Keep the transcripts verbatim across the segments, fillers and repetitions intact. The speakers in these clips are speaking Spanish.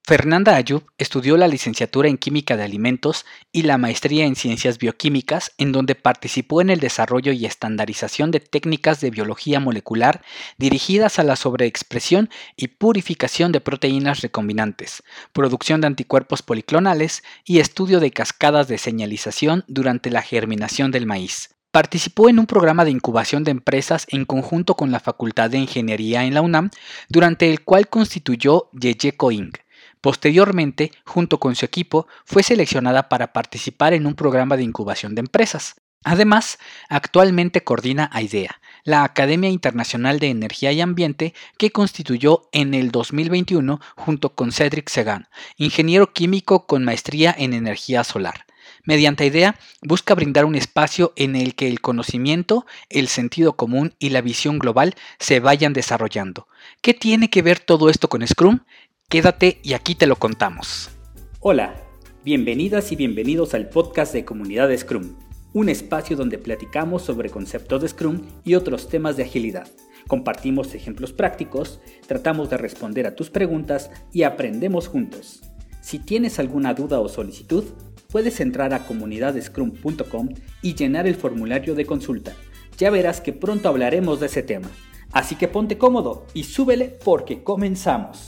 Fernanda Ayub estudió la licenciatura en Química de Alimentos y la maestría en Ciencias Bioquímicas, en donde participó en el desarrollo y estandarización de técnicas de biología molecular dirigidas a la sobreexpresión y purificación de proteínas recombinantes, producción de anticuerpos policlonales y estudio de cascadas de señalización durante la germinación del maíz. Participó en un programa de incubación de empresas en conjunto con la Facultad de Ingeniería en la UNAM, durante el cual constituyó Yeyeco incorporated. Posteriormente, junto con su equipo, fue seleccionada para participar en un programa de incubación de empresas. Además, actualmente coordina AIDEA, la Academia Internacional de Energía y Ambiente, que constituyó en el dos mil veintiuno junto con Cedric Segan, ingeniero químico con maestría en energía solar. Mediante AIDEA, busca brindar un espacio en el que el conocimiento, el sentido común y la visión global se vayan desarrollando. ¿Qué tiene que ver todo esto con Scrum? Quédate y aquí te lo contamos. Hola, bienvenidas y bienvenidos al podcast de Comunidad Scrum, un espacio donde platicamos sobre conceptos de Scrum y otros temas de agilidad. Compartimos ejemplos prácticos, tratamos de responder a tus preguntas y aprendemos juntos. Si tienes alguna duda o solicitud, puedes entrar a comunidad scrum punto com y llenar el formulario de consulta. Ya verás que pronto hablaremos de ese tema. Así que ponte cómodo y súbele porque comenzamos.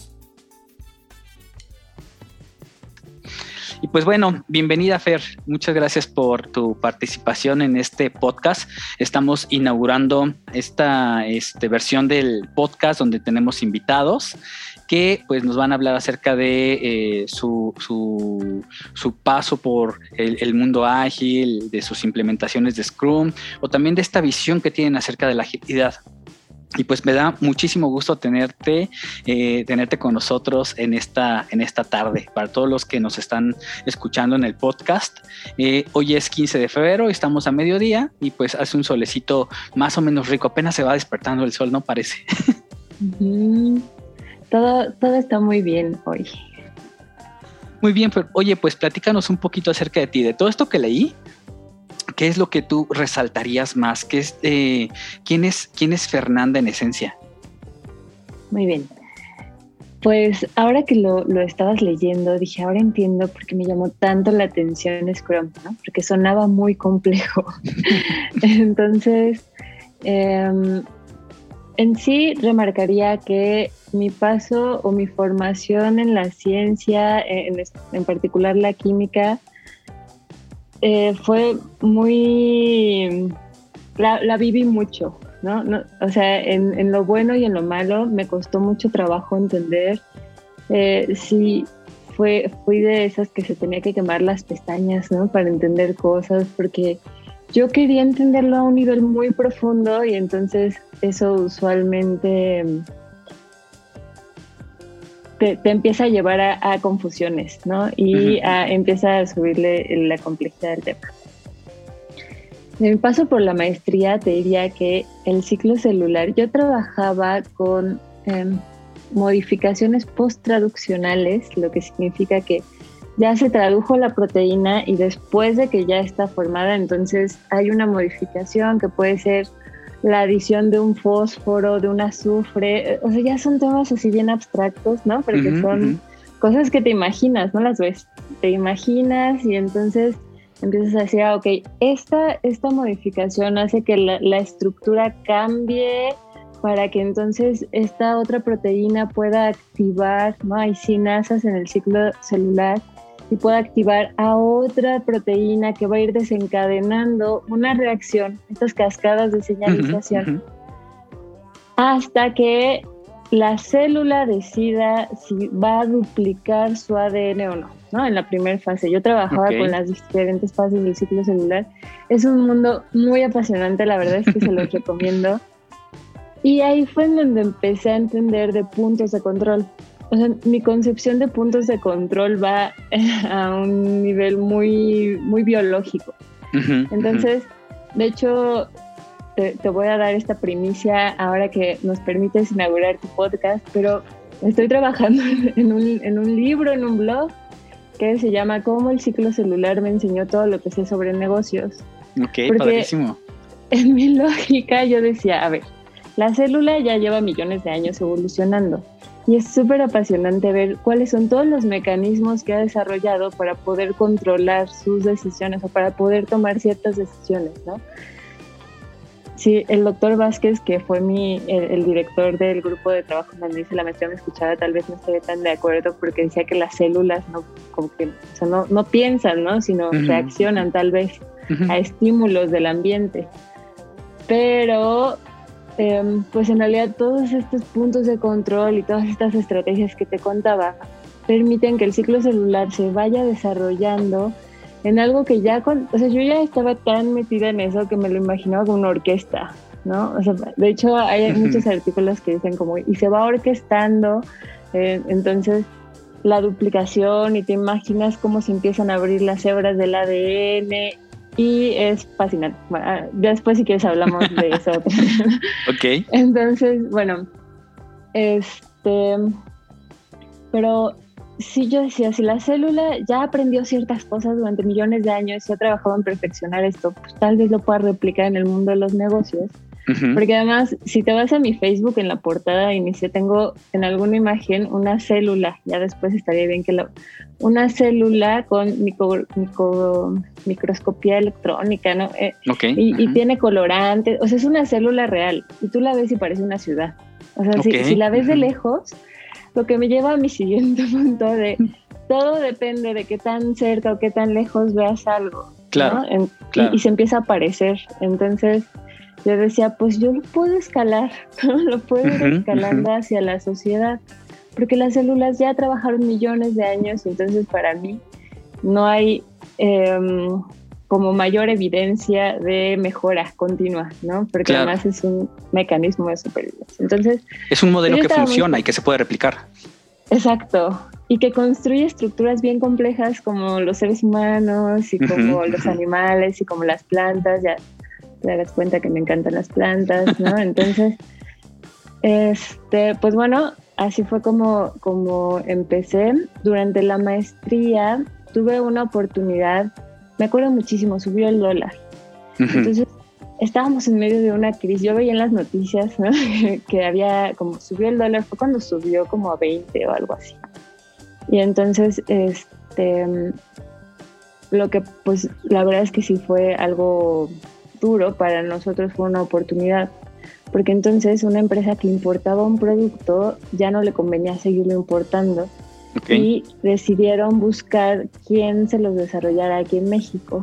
Y pues bueno, bienvenida Fer, muchas gracias por tu participación en este podcast. Estamos inaugurando esta este, versión del podcast donde tenemos invitados que pues nos van a hablar acerca de eh, su, su, su paso por el, el mundo ágil, de sus implementaciones de Scrum o también de esta visión que tienen acerca de la agilidad. Y pues me da muchísimo gusto tenerte, eh, tenerte con nosotros en esta, en esta tarde. Para todos los que nos están escuchando en el podcast, eh, hoy es quince de febrero, estamos a mediodía y pues hace un solecito más o menos rico. Apenas se va despertando el sol, ¿no parece? Uh-huh. Todo, todo está muy bien hoy. Muy bien, pero oye, pues platícanos un poquito acerca de ti, de todo esto que leí. ¿Qué es lo que tú resaltarías más? ¿Qué es, eh, ¿quién es, quién es Fernanda en esencia? Muy bien. Pues ahora que lo, lo estabas leyendo, dije, ahora entiendo por qué me llamó tanto la atención Scrum, ¿no? Porque sonaba muy complejo. Entonces, eh, en sí remarcaría que mi paso o mi formación en la ciencia, en, en particular la química, Eh, fue muy... La, la viví mucho, ¿no? no o sea, en, en lo bueno y en lo malo me costó mucho trabajo entender. Eh, sí, fue, fui de esas que se tenía que quemar las pestañas, ¿no? Para entender cosas, porque yo quería entenderlo a un nivel muy profundo y entonces eso usualmente Te, te empieza a llevar a, a confusiones, ¿no? Y uh-huh. a, empieza a subirle la complejidad del tema. De mi paso por la maestría, te diría que el ciclo celular, yo trabajaba con eh, modificaciones post-traduccionales, lo que significa que ya se tradujo la proteína y después de que ya está formada, entonces hay una modificación que puede ser la adición de un fósforo, de un azufre, o sea, ya son temas así bien abstractos, ¿no? Porque uh-huh, son uh-huh. cosas que te imaginas, no las ves, te imaginas y entonces empiezas a decir, ah, ok, esta, esta modificación hace que la, la estructura cambie para que entonces esta otra proteína pueda activar, ¿no? Hay sinasas en el ciclo celular y puede activar a otra proteína que va a ir desencadenando una reacción, estas cascadas de señalización, uh-huh, uh-huh. hasta que la célula decida si va a duplicar su A D N o no, ¿no? En la primera fase. Yo trabajaba okay. con las diferentes fases del ciclo celular. Es un mundo muy apasionante, la verdad es que se los recomiendo. Y ahí fue en donde empecé a entender de puntos de control. O sea, mi concepción de puntos de control va a un nivel muy, muy biológico. Uh-huh, Entonces, uh-huh. de hecho, te, te voy a dar esta primicia ahora que nos permites inaugurar tu podcast, pero estoy trabajando en un, en un libro, en un blog, que se llama Cómo el ciclo celular me enseñó todo lo que sé sobre negocios. Ok, Porque padrísimo. En mi lógica yo decía, a ver, la célula ya lleva millones de años evolucionando. Y es súper apasionante ver cuáles son todos los mecanismos que ha desarrollado para poder controlar sus decisiones o para poder tomar ciertas decisiones, ¿no? Sí, el doctor Vázquez, que fue mi, el, el director del grupo de trabajo donde hice la maestría, me escuchaba, tal vez no estaría tan de acuerdo, porque decía que las células no, como que, o sea, no, no piensan, ¿no? Sino uh-huh. reaccionan tal vez uh-huh. a estímulos del ambiente. Pero, eh, pues en realidad todos estos puntos de control y todas estas estrategias que te contaba permiten que el ciclo celular se vaya desarrollando en algo que ya, con, o sea, yo ya estaba tan metida en eso que me lo imaginaba como una orquesta, ¿no? O sea, de hecho hay uh-huh. muchos artículos que dicen como, y se va orquestando, eh, entonces la duplicación, y te imaginas cómo se empiezan a abrir las hebras del A D N, y es fascinante. Bueno, después si quieres hablamos de eso. Ok. Entonces, bueno, este, pero sí, yo decía, si la célula ya aprendió ciertas cosas durante millones de años y ha trabajado en perfeccionar esto, pues tal vez lo pueda replicar en el mundo de los negocios. Uh-huh. Porque además, si te vas a mi Facebook, en la portada inicia, tengo en alguna imagen una célula, ya después estaría bien que lo... Una célula con micro, micro, microscopía electrónica, ¿no? Eh, okay. y, uh-huh. y tiene colorantes, o sea, es una célula real, y tú la ves y parece una ciudad. O sea, okay. si, si la ves uh-huh. de lejos, lo que me lleva a mi siguiente punto de todo depende de qué tan cerca o qué tan lejos veas algo. Claro, ¿no? En, claro. Y, y se empieza a aparecer. Entonces yo decía, pues yo lo puedo escalar, ¿no? Lo puedo ir uh-huh, escalando uh-huh. hacia la sociedad, porque las células ya trabajaron millones de años, y entonces para mí no hay eh, como mayor evidencia de mejora continua, ¿no? Porque claro. además es un mecanismo de supervivencia. Entonces, es un modelo que funciona muy... y que se puede replicar. Exacto, y que construye estructuras bien complejas como los seres humanos y como uh-huh, los uh-huh. animales y como las plantas. Ya te das cuenta que me encantan las plantas, ¿no? Entonces, este, pues bueno, así fue como, como empecé. Durante la maestría tuve una oportunidad, me acuerdo muchísimo, subió el dólar. Uh-huh. Entonces estábamos en medio de una crisis. Yo veía en las noticias, ¿no? que había como subió el dólar, fue cuando subió como a veinte o algo así. Y entonces, este, lo que pues la verdad es que sí fue algo duro para nosotros, fue una oportunidad. Porque entonces una empresa que importaba un producto ya no le convenía seguirlo importando. Okay. Y decidieron buscar quién se los desarrollara aquí en México.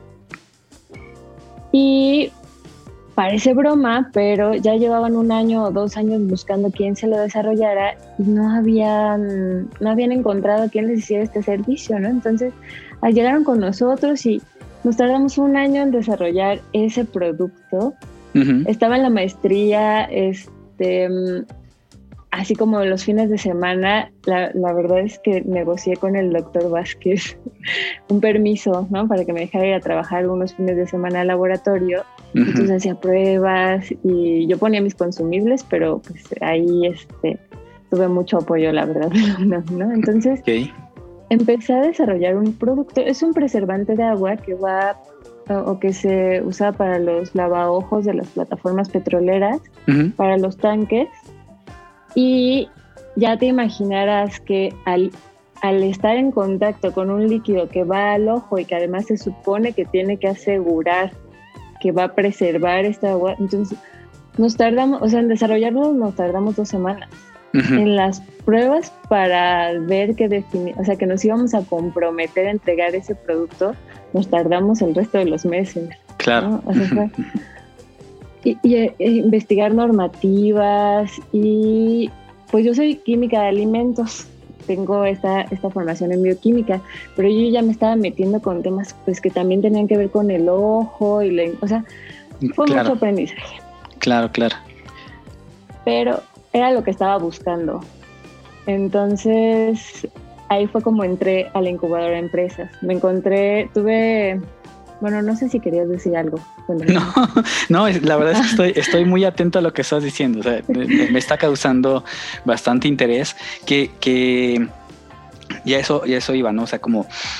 Y parece broma, pero ya llevaban un año o dos años buscando quién se lo desarrollara y no habían, no habían encontrado quién les hiciera este servicio, ¿no? Entonces llegaron con nosotros y nos tardamos un año en desarrollar ese producto. Uh-huh. Estaba en la maestría, este, así como los fines de semana, la, la verdad es que negocié con el doctor Vázquez un permiso, ¿no? Para que me dejara ir a trabajar algunos fines de semana al laboratorio. Uh-huh. Entonces hacía pruebas y yo ponía mis consumibles, pero pues ahí este, tuve mucho apoyo, la verdad, ¿no? Entonces okay. empecé a desarrollar un producto. Es un preservante de agua que va o que se usa para los lavaojos de las plataformas petroleras, uh-huh. para los tanques, y ya te imaginarás que al, al estar en contacto con un líquido que va al ojo y que además se supone que tiene que asegurar que va a preservar esta agua, entonces nos tardamos, o sea, en desarrollarlo nos tardamos dos semanas. Uh-huh. En las pruebas para ver que defini- o sea, que nos íbamos a comprometer a entregar ese producto, nos tardamos el resto de los meses. Claro. ¿no? O sea, fue, y, y e, investigar normativas, y pues yo soy química de alimentos, tengo esta, esta formación en bioquímica, pero yo ya me estaba metiendo con temas pues que también tenían que ver con el ojo, y la, o sea, fue claro. mucho aprendizaje. Claro, claro. Pero era lo que estaba buscando. Entonces, ahí fue como entré a la incubadora de empresas. Me encontré, tuve, bueno, no sé si querías decir algo. Bueno, no, no, la verdad es que estoy, estoy muy atento a lo que estás diciendo. O sea, me, me está causando bastante interés que, que ya eso, ya eso iba, ¿no? O sea, como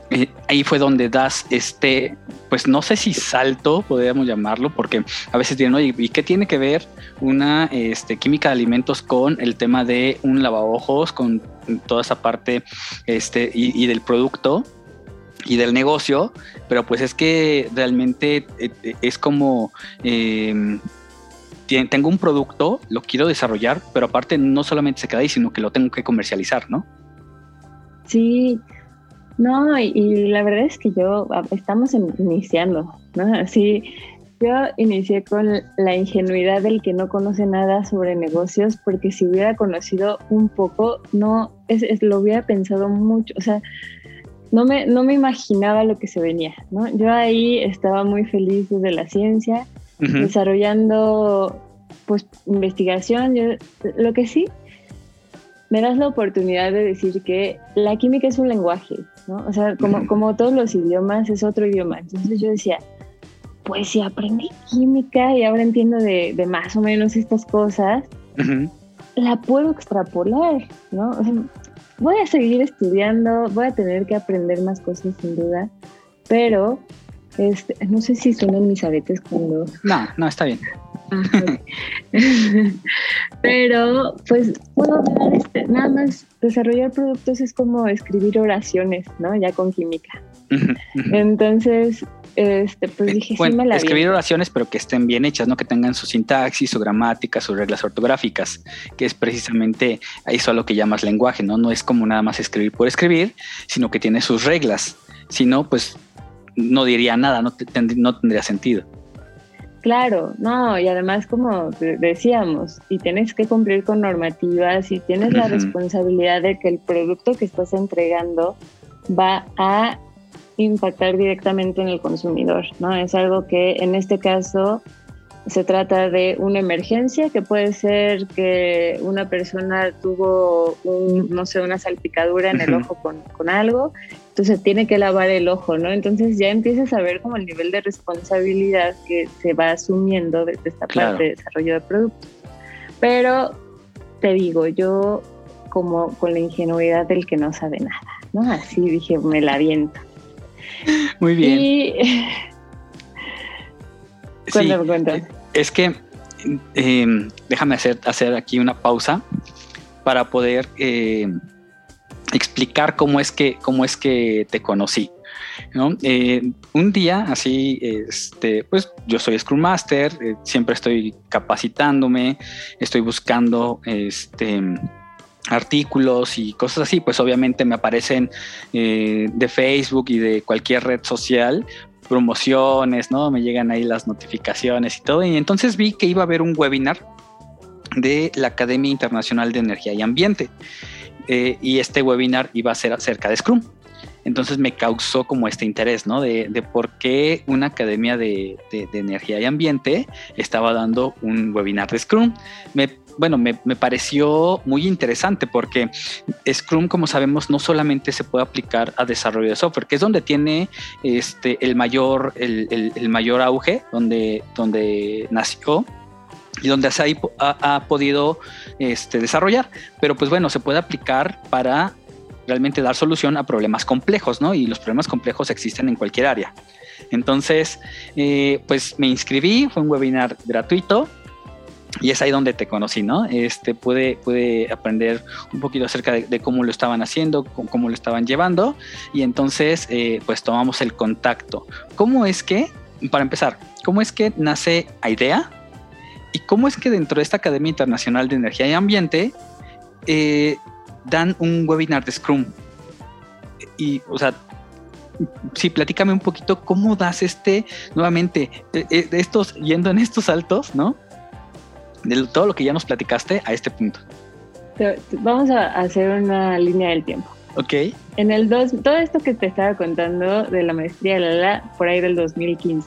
eh, ahí fue donde das este, pues no sé si salto, podríamos llamarlo, porque a veces dirán, oye, ¿y qué tiene que ver una este, química de alimentos con el tema de un lavaojos, con toda esa parte este, y, y del producto y del negocio? Pero pues es que realmente eh, es como... Eh, tengo un producto, lo quiero desarrollar, pero aparte no solamente se queda ahí, sino que lo tengo que comercializar, ¿no? Sí, no, y, y la verdad es que yo, estamos en, iniciando, ¿no? Así, yo inicié con la ingenuidad del que no conoce nada sobre negocios, porque si hubiera conocido un poco, no, es, es, lo hubiera pensado mucho, o sea, no me, no me imaginaba lo que se venía, ¿no? Yo ahí estaba muy feliz desde la ciencia, uh-huh. desarrollando pues investigación. Yo, lo que sí, me das la oportunidad de decir que la química es un lenguaje, ¿no? O sea, como, uh-huh. como todos los idiomas, es otro idioma. Entonces yo decía, pues si aprendí química y ahora entiendo de, de más o menos estas cosas, uh-huh. la puedo extrapolar, ¿no? O sea, voy a seguir estudiando, voy a tener que aprender más cosas sin duda, pero este, no sé si suenan mis aretes cuando... No, no, está bien. Ah, okay. Pero pues puedo ver, este, nada más desarrollar productos es como escribir oraciones, ¿no? Ya con química. Uh-huh, uh-huh. Entonces, este, pues dije, bueno, sí me la escribir vi. oraciones, pero que estén bien hechas, ¿no? Que tengan su sintaxis, su gramática, sus reglas ortográficas, que es precisamente eso a lo que llamas lenguaje, ¿no? No es como nada más escribir por escribir, sino que tiene sus reglas. Si no, pues no diría nada, no, tend- no tendría sentido. Claro, no, y además como decíamos, y tienes que cumplir con normativas y tienes uh-huh. la responsabilidad de que el producto que estás entregando va a impactar directamente en el consumidor, ¿no? Es algo que en este caso se trata de una emergencia, que puede ser que una persona tuvo, un, no sé, una salpicadura en uh-huh. el ojo con, con algo, entonces tiene que lavar el ojo, ¿no? Entonces ya empiezas a ver como el nivel de responsabilidad que se va asumiendo desde esta claro. parte de desarrollo de productos. Pero te digo, yo como con la ingenuidad del que no sabe nada, ¿no? Así dije, me la aviento. Muy bien. Y... Cuéntame, sí, cuéntame. Es que eh, déjame hacer, hacer aquí una pausa para poder eh, explicar cómo es que, cómo es que te conocí, ¿no? Eh, un día así, este, pues yo soy Scrum Master, eh, siempre estoy capacitándome, estoy buscando este, artículos y cosas así, pues obviamente me aparecen eh, de Facebook y de cualquier red social promociones, ¿no? Me llegan ahí las notificaciones y todo, y entonces vi que iba a haber un webinar de la Academia Internacional de Energía y Ambiente, eh, y este webinar iba a ser acerca de Scrum. Entonces me causó como este interés, ¿no? De, de por qué una academia de, de, de energía y ambiente estaba dando un webinar de Scrum. Me, bueno, me, me pareció muy interesante porque Scrum, como sabemos, no solamente se puede aplicar a desarrollo de software, que es donde tiene este, el, mayor, el, el, el mayor auge, donde, donde nació y donde se ha, ha, ha podido este, desarrollar. Pero pues bueno, se puede aplicar para realmente dar solución a problemas complejos, ¿no? Y los problemas complejos existen en cualquier área. Entonces, eh, pues me inscribí, fue un webinar gratuito y es ahí donde te conocí, ¿no? Este, pude, pude aprender un poquito acerca de, de cómo lo estaban haciendo, cómo, cómo lo estaban llevando, y entonces, eh, pues tomamos el contacto. ¿Cómo es que, para empezar, cómo es que nace IDEA? ¿Y cómo es que dentro de esta Academia Internacional de Energía y Ambiente eh, dan un webinar de Scrum? Y, o sea, sí, platícame un poquito cómo das este, nuevamente, de, de estos, yendo en estos saltos, ¿no? De todo lo que ya nos platicaste a este punto. Vamos a hacer una línea del tiempo. Ok. En el dos, todo esto que te estaba contando de la maestría de la, la por ahí del dos mil quince.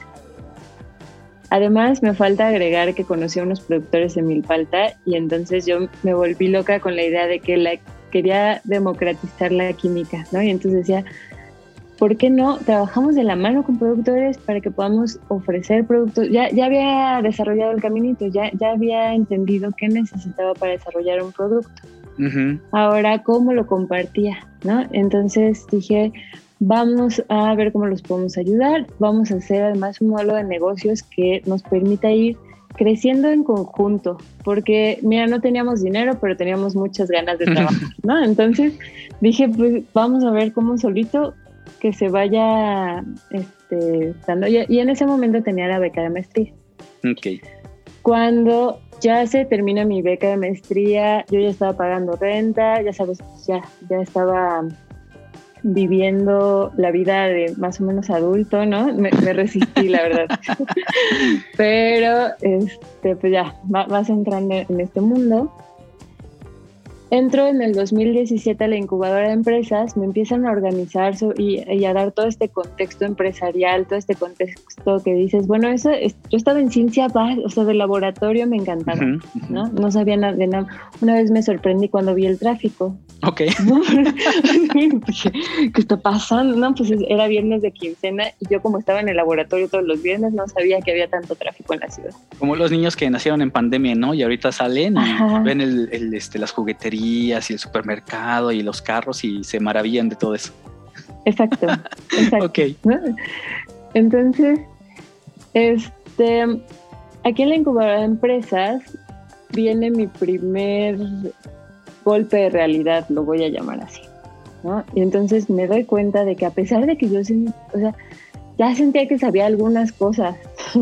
Además, me falta agregar que conocí a unos productores de Milpalta y entonces yo me volví loca con la idea de que la, quería democratizar la química, ¿no? Y entonces decía, ¿por qué no trabajamos de la mano con productores para que podamos ofrecer productos? Ya, ya había desarrollado el caminito, ya, ya había entendido qué necesitaba para desarrollar un producto. Uh-huh. Ahora, ¿cómo lo compartía? ¿No? Entonces dije, vamos a ver cómo los podemos ayudar, vamos a hacer además un modelo de negocios que nos permita ir creciendo en conjunto, porque mira, no teníamos dinero, pero teníamos muchas ganas de trabajar, ¿no? Entonces dije, pues vamos a ver cómo solito que se vaya este, dando, y, y en ese momento tenía la beca de maestría. Ok. Cuando ya se termina mi beca de maestría, yo ya estaba pagando renta, ya sabes, ya, ya estaba viviendo la vida de más o menos adulto, ¿no? Me, me resistí, la verdad. Pero, este, pues ya, va, vas entrando en este mundo. Entro en el dos mil diecisiete a la incubadora de empresas, me empiezan a organizar so, y, y a dar todo este contexto empresarial, todo este contexto que dices, bueno, eso es, yo estaba en ciencia básica, o sea, de laboratorio me encantaba, uh-huh, uh-huh. ¿no? No sabía nada de nada. Una vez me sorprendí cuando vi el tráfico. Ok. ¿No? ¿Qué está pasando? No, pues era viernes de quincena y yo como estaba en el laboratorio todos los viernes no sabía que había tanto tráfico en la ciudad. Como los niños que nacieron en pandemia, ¿no? Y ahorita salen y Ajá. ven el, el, este, las jugueterías y el supermercado y los carros y se maravillan de todo eso. Exacto, exacto. Ok. ¿No? Entonces, este, aquí en la incubadora de empresas viene mi primer golpe de realidad, lo voy a llamar así, ¿no? Y entonces me doy cuenta de que a pesar de que yo, o sea, ya sentía que sabía algunas cosas,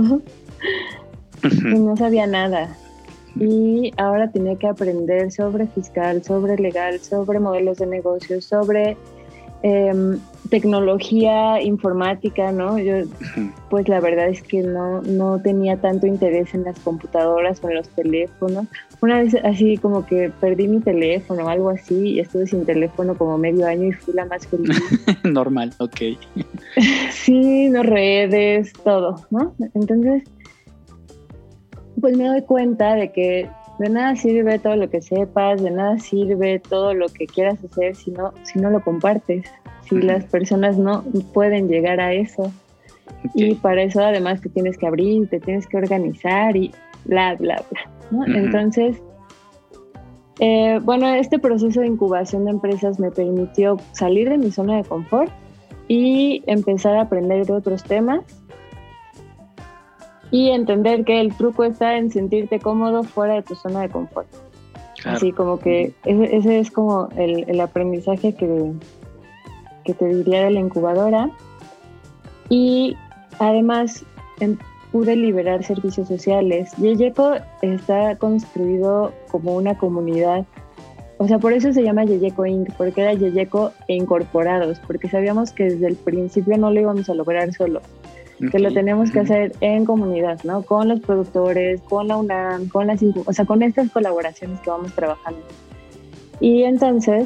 pues no sabía nada. Y ahora tenía que aprender sobre fiscal, sobre legal, sobre modelos de negocios, sobre eh, tecnología informática, ¿no? Yo, pues la verdad es que no, no tenía tanto interés en las computadoras o en los teléfonos. Una vez así como que perdí mi teléfono o algo así y estuve sin teléfono como medio año y fui la más feliz. Normal, ok. Sí, no redes, todo, ¿no? Entonces, pues me doy cuenta de que de nada sirve todo lo que sepas, de nada sirve todo lo que quieras hacer si no, si no lo compartes, si uh-huh. las personas no pueden llegar a eso. Okay. Y para eso además te tienes que abrir, te tienes que organizar y bla, bla, bla, ¿no? Uh-huh. Entonces, eh, bueno, este proceso de incubación de empresas me permitió salir de mi zona de confort y empezar a aprender de otros temas y entender que el truco está en sentirte cómodo fuera de tu zona de confort. Claro. Así como que ese, ese es como el, el aprendizaje que, que te diría de la incubadora. Y además en, pude liberar servicios sociales. Yeyeco está construido como una comunidad. O sea, por eso se llama Yeyeco incorporated, porque era Yeyeco e incorporados, porque sabíamos que desde el principio no lo íbamos a lograr solos. Okay. Que lo tenemos que hacer en comunidad, ¿no? Con los productores, con la UNAM, con las, o sea, con estas colaboraciones que vamos trabajando. Y entonces,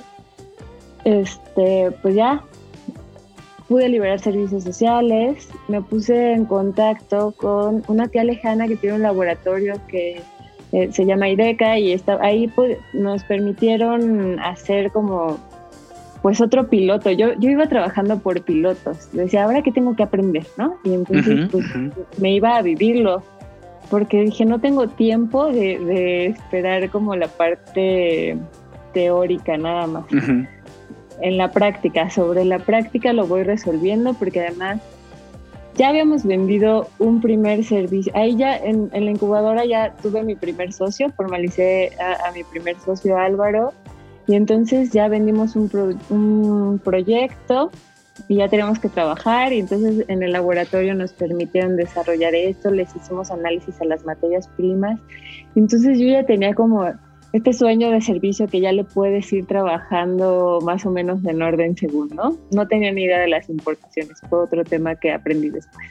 este, pues ya pude liberar servicios sociales, me puse en contacto con una tía lejana que tiene un laboratorio que eh, se llama IDECA y está, ahí pues, nos permitieron hacer como pues otro piloto. Yo, yo iba trabajando por pilotos. Decía, ¿ahora qué tengo que aprender? ¿No? Y entonces uh-huh, pues, uh-huh. me iba a vivirlo. Porque dije, no tengo tiempo de, de esperar como la parte teórica nada más. Uh-huh. En la práctica, sobre la práctica lo voy resolviendo porque además ya habíamos vendido un primer servicio. Ahí ya en, en la incubadora ya tuve mi primer socio, formalicé a, a mi primer socio Álvaro. Y entonces ya vendimos un, pro, un proyecto y ya teníamos que trabajar y entonces en el laboratorio nos permitieron desarrollar esto, les hicimos análisis a las materias primas. Entonces yo ya tenía como este sueño de servicio que ya le puedes ir trabajando más o menos en orden según, ¿no? No tenía ni idea de las importaciones, fue otro tema que aprendí después.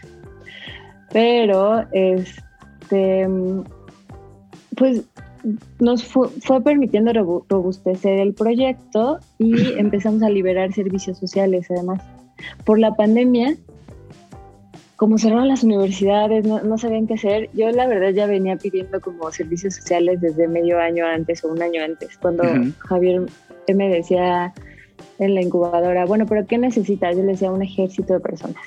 Pero, este, pues nos fue, fue permitiendo robustecer el proyecto y empezamos a liberar servicios sociales además. Por la pandemia, como cerraron las universidades, no, no sabían qué hacer, yo la verdad ya venía pidiendo como servicios sociales desde medio año antes o un año antes, cuando uh-huh. Javier me decía en la incubadora, bueno, pero ¿qué necesitas? Yo le decía, un ejército de personas.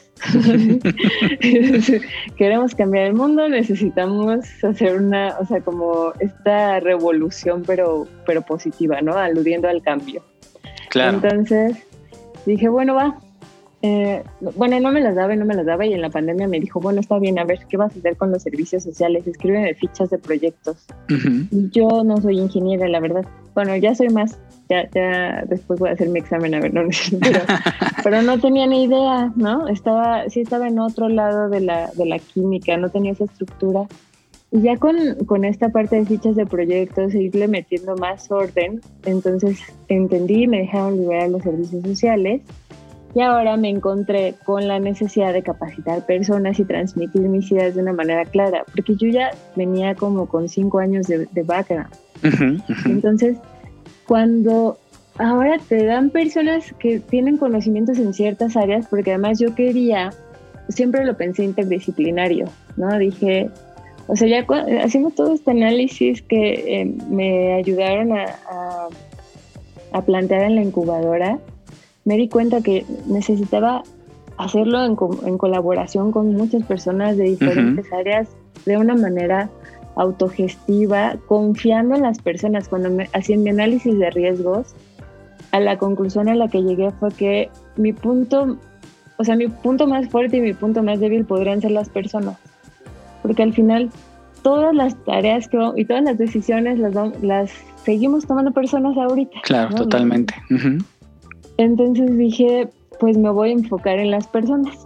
Queremos cambiar el mundo, necesitamos hacer una, o sea, como esta revolución, pero, pero positiva, ¿no? Aludiendo al cambio. Claro. Entonces dije, bueno, va. Eh, bueno, no me las daba y no me las daba y en la pandemia me dijo, bueno, está bien, a ver, ¿qué vas a hacer con los servicios sociales? Escríbeme fichas de proyectos. Uh-huh. Y yo no soy ingeniera, la verdad. Bueno, ya soy más, ya, ya después voy a hacer mi examen, a ver, no, pero, pero no tenía ni idea, ¿no? Estaba, sí estaba en otro lado de la, de la química, no tenía esa estructura. Y ya con, con esta parte de fichas de proyectos, irle metiendo más orden, entonces entendí, me dejaron liberar los servicios sociales. Y ahora me encontré con la necesidad de capacitar personas y transmitir mis ideas de una manera clara, porque yo ya venía como con cinco años de, de background. Uh-huh, uh-huh. Entonces, cuando ahora te dan personas que tienen conocimientos en ciertas áreas, porque además yo quería, siempre lo pensé interdisciplinario, ¿no? Dije, o sea, ya haciendo todo este análisis que eh, me ayudaron a, a, a plantear en la incubadora, me di cuenta que necesitaba hacerlo en, en colaboración con muchas personas de diferentes uh-huh. áreas, de una manera autogestiva, confiando en las personas. Cuando me hacía mi análisis de riesgos, a la conclusión a la que llegué fue que mi punto, o sea, mi punto más fuerte y mi punto más débil podrían ser las personas. Porque al final, todas las tareas que, y todas las decisiones las, las seguimos tomando personas ahorita. Claro, ¿no? Totalmente. Uh-huh. Entonces dije, pues me voy a enfocar en las personas.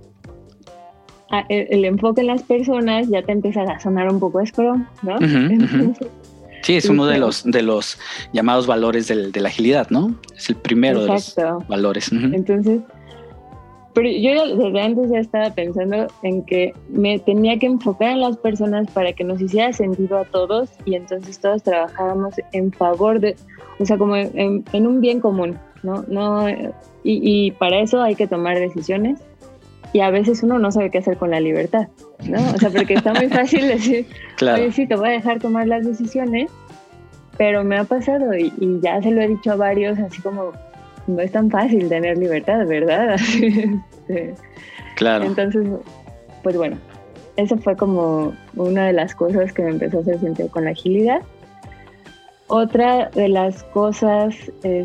Ah, el, el enfoque en las personas ya te empieza a sonar un poco Scrum, ¿no? Uh-huh, Entonces, uh-huh. Sí, es uno de los de los llamados valores del, de la agilidad, ¿no? Es el primero Exacto. de los valores. Uh-huh. Entonces, pero yo desde antes ya estaba pensando en que me tenía que enfocar en las personas para que nos hiciera sentido a todos y entonces todos trabajáramos en favor de, o sea, como en, en un bien común. No, no, y, y para eso hay que tomar decisiones y a veces uno no sabe qué hacer con la libertad, ¿no? O sea, porque está muy fácil decir, claro. Oye, sí, te voy a dejar tomar las decisiones, pero me ha pasado y, y ya se lo he dicho a varios, así como, no es tan fácil tener libertad, ¿verdad? Este, claro. Entonces, pues bueno, eso fue como una de las cosas que me empezó a hacer sentido con la agilidad. Otra de las cosas es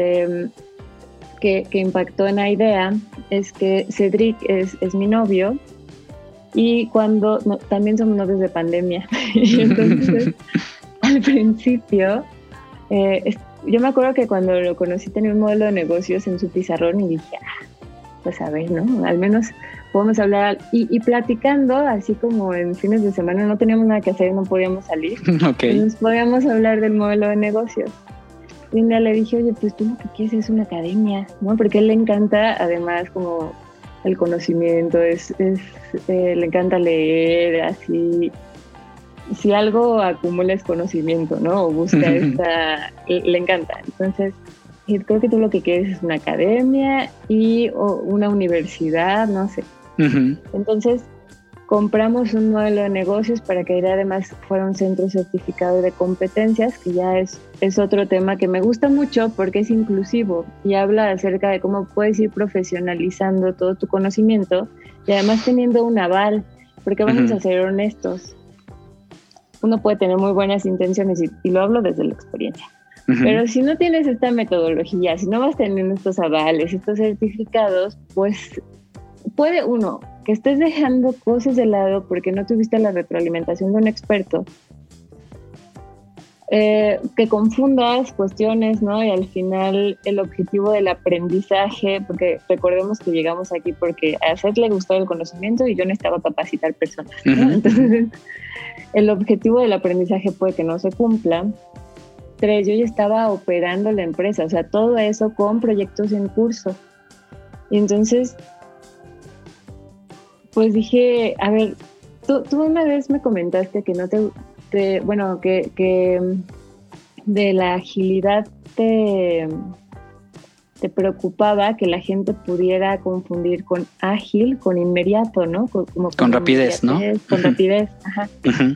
Que, que impactó en la idea es que Cedric es, es mi novio y cuando no, también somos novios de pandemia y entonces al principio eh, es, yo me acuerdo que cuando lo conocí tenía un modelo de negocios en su pizarrón y dije ah, pues a ver, ¿no? Al menos podemos hablar y, y platicando así como en fines de semana no teníamos nada que hacer, no podíamos salir, okay. Entonces podíamos hablar del modelo de negocios. Y un día le dije, oye, pues tú lo que quieres es una academia, ¿no? Porque a él le encanta, además, como el conocimiento, es, es eh, le encanta leer, así. Si algo acumula es conocimiento, ¿no? O busca esta, le, le encanta. Entonces, creo que tú lo que quieres es una academia y o una universidad, no sé. Uh-huh. Entonces, compramos un modelo de negocios para que además fuera un centro certificado de competencias, que ya es, es otro tema que me gusta mucho porque es inclusivo y habla acerca de cómo puedes ir profesionalizando todo tu conocimiento y además teniendo un aval, porque vamos uh-huh. a ser honestos. Uno puede tener muy buenas intenciones y, y lo hablo desde la experiencia. Uh-huh. Pero si no tienes esta metodología, si no vas teniendo estos avales, estos certificados, pues puede uno que estés dejando cosas de lado porque no tuviste la retroalimentación de un experto, eh, que confundas cuestiones, ¿no? Y al final el objetivo del aprendizaje, porque recordemos que llegamos aquí porque a Seth le gustaba el conocimiento y yo necesitaba capacitar personas, ¿no? Uh-huh. Entonces, el objetivo del aprendizaje puede que no se cumpla. Tres, yo ya estaba operando la empresa, o sea, todo eso con proyectos en curso. Y entonces, pues dije, a ver, tú, tú una vez me comentaste que no te, te bueno, que, que de la agilidad te, te preocupaba que la gente pudiera confundir con ágil, con inmediato, ¿no? Con, como con, con rapidez, ¿no? Con uh-huh. rapidez, ajá. Uh-huh.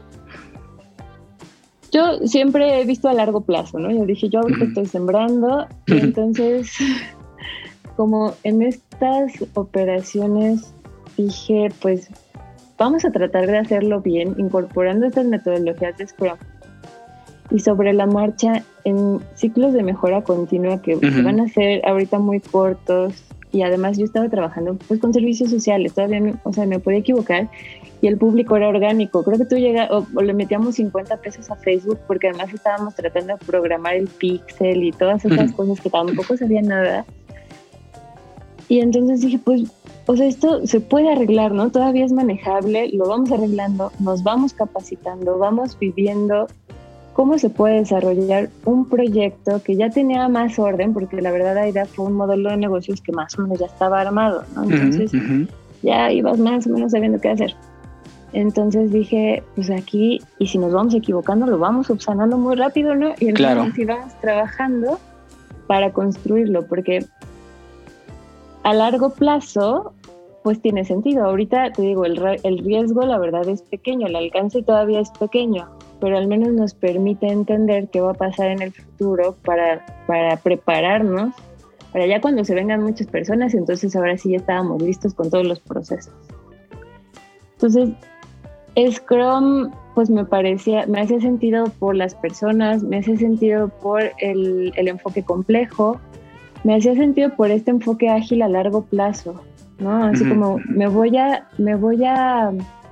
Yo siempre he visto a largo plazo, ¿no? Yo dije, yo ahorita uh-huh. estoy sembrando y entonces, como en estas operaciones dije, pues vamos a tratar de hacerlo bien, incorporando estas metodologías de Scrum y sobre la marcha en ciclos de mejora continua que uh-huh. van a ser ahorita muy cortos y además yo estaba trabajando pues con servicios sociales, todavía no, o sea, me podía equivocar y el público era orgánico. Creo que tú llegas, o, o le metíamos cincuenta pesos a Facebook porque además estábamos tratando de programar el pixel y todas esas uh-huh. cosas que tampoco sabía nada. Y entonces dije, pues, o sea, esto se puede arreglar, ¿no? Todavía es manejable, lo vamos arreglando, nos vamos capacitando, vamos viviendo cómo se puede desarrollar un proyecto que ya tenía más orden, porque la verdad la idea fue un modelo de negocios que más o menos ya estaba armado, ¿no? Entonces uh-huh. ya ibas más o menos sabiendo qué hacer. Entonces dije, pues aquí, y si nos vamos equivocando, lo vamos subsanando muy rápido, ¿no? Y entonces claro. sí vamos trabajando para construirlo, porque a largo plazo, pues tiene sentido. Ahorita te digo, el, el riesgo la verdad es pequeño, el alcance todavía es pequeño, pero al menos nos permite entender qué va a pasar en el futuro para, para prepararnos, para ya cuando se vengan muchas personas, entonces ahora sí ya estábamos listos con todos los procesos. Entonces, Scrum, pues me parecía, me hacía sentido por las personas, me hacía sentido por el, el enfoque complejo, me hacía sentido por este enfoque ágil a largo plazo, ¿no? Así uh-huh. como me voy a, me voy a,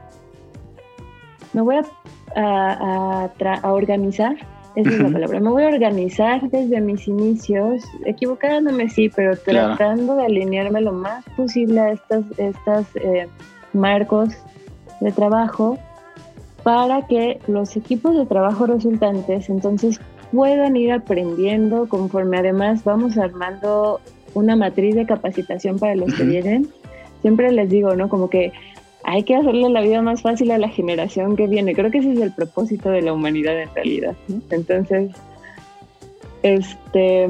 me voy a, a, a, tra- a organizar, esa uh-huh. es la palabra, me voy a organizar desde mis inicios, equivocándome sí, pero claro. tratando de alinearme lo más posible a estos, estas eh, marcos de trabajo para que los equipos de trabajo resultantes entonces puedan ir aprendiendo conforme además vamos armando una matriz de capacitación para los uh-huh. que vienen. Siempre les digo, ¿no? Como que hay que hacerle la vida más fácil a la generación que viene. Creo que ese es el propósito de la humanidad en realidad, ¿no? Entonces, este,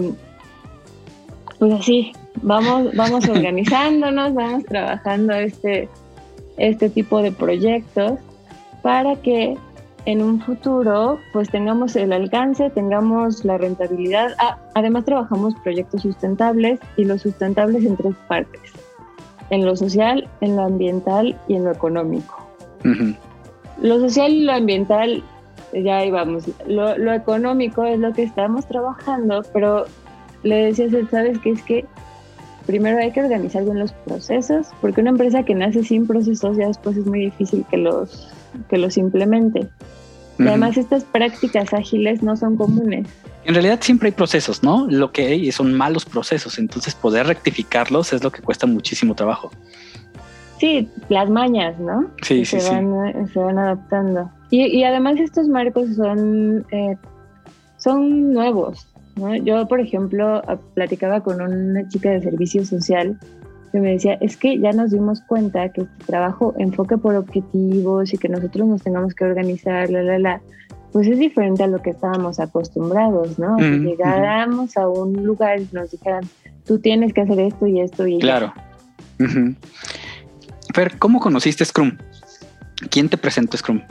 pues así, vamos, vamos organizándonos, vamos trabajando este, este tipo de proyectos para que en un futuro pues tengamos el alcance, tengamos la rentabilidad. Ah, además trabajamos proyectos sustentables y los sustentables en tres partes: en lo social, en lo ambiental y en lo económico. Uh-huh. Lo social y lo ambiental, ya ahí vamos. Lo, lo económico es lo que estamos trabajando, pero le decía, ¿sabes qué? Es que primero hay que organizar bien los procesos, porque una empresa que nace sin procesos ya después es muy difícil que los, que los implemente. Y además estas prácticas ágiles no son comunes. En realidad siempre hay procesos, ¿no? Lo que hay son malos procesos, entonces poder rectificarlos es lo que cuesta muchísimo trabajo. Sí, las mañas, ¿no? Sí, que sí, se sí. Van, se van adaptando. Y, y además estos marcos son, eh, son nuevos, ¿no? Yo, por ejemplo, platicaba con una chica de servicio social que me decía, es que ya nos dimos cuenta que este trabajo enfoque por objetivos y que nosotros nos tengamos que organizar, la, la, la, pues es diferente a lo que estábamos acostumbrados, ¿no? Mm-hmm. Si llegáramos a un lugar y nos dijeran, tú tienes que hacer esto y esto y claro. Uh-huh. Fer, ¿cómo conociste Scrum? ¿Quién te presentó Scrum?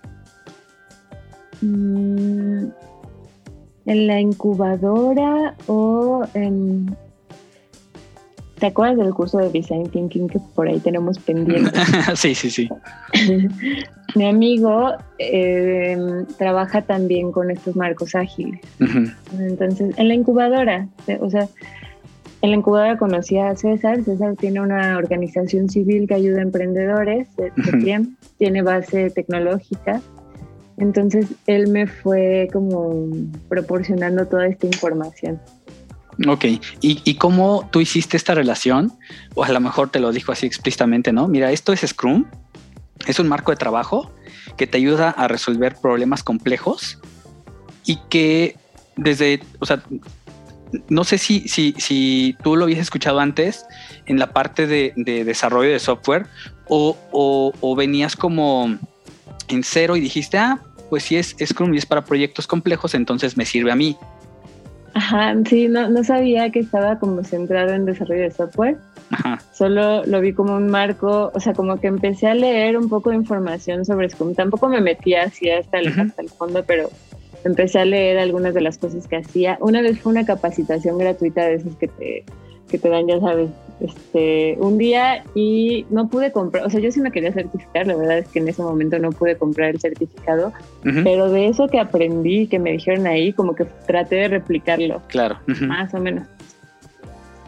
Mm, ¿en la incubadora o en...? ¿Te acuerdas del curso de Design Thinking que por ahí tenemos pendiente? Sí, sí, sí. Mi amigo eh, trabaja también con estos marcos ágiles. Uh-huh. Entonces, en la incubadora, o sea, en la incubadora conocí a César. César tiene una organización civil que ayuda a emprendedores, de, uh-huh. de tiempo, tiene base tecnológica. Entonces, él me fue como proporcionando toda esta información. Ok, ¿Y, ¿y cómo tú hiciste esta relación? O a lo mejor te lo dijo así explícitamente, ¿no? Mira, esto es Scrum, es un marco de trabajo que te ayuda a resolver problemas complejos y que desde, o sea, no sé si, si, si tú lo habías escuchado antes en la parte de, de desarrollo de software o, o, o venías como en cero y dijiste, ah, pues si es Scrum y es para proyectos complejos, entonces me sirve a mí. Ajá, sí, no, no sabía que estaba como centrado en desarrollo de software. Ajá. Solo lo vi como un marco, o sea, como que empecé a leer un poco de información sobre Scrum. Tampoco me metí así hasta el, uh-huh. hasta el fondo, pero empecé a leer algunas de las cosas que hacía. Una vez fue una capacitación gratuita de esas que te, que te dan, ya sabes, este, un día y no pude comprar, o sea, yo sí me quería certificar, la verdad es que en ese momento no pude comprar el certificado, uh-huh. pero de eso que aprendí, que me dijeron ahí, como que traté de replicarlo. Claro. Uh-huh. Más o menos.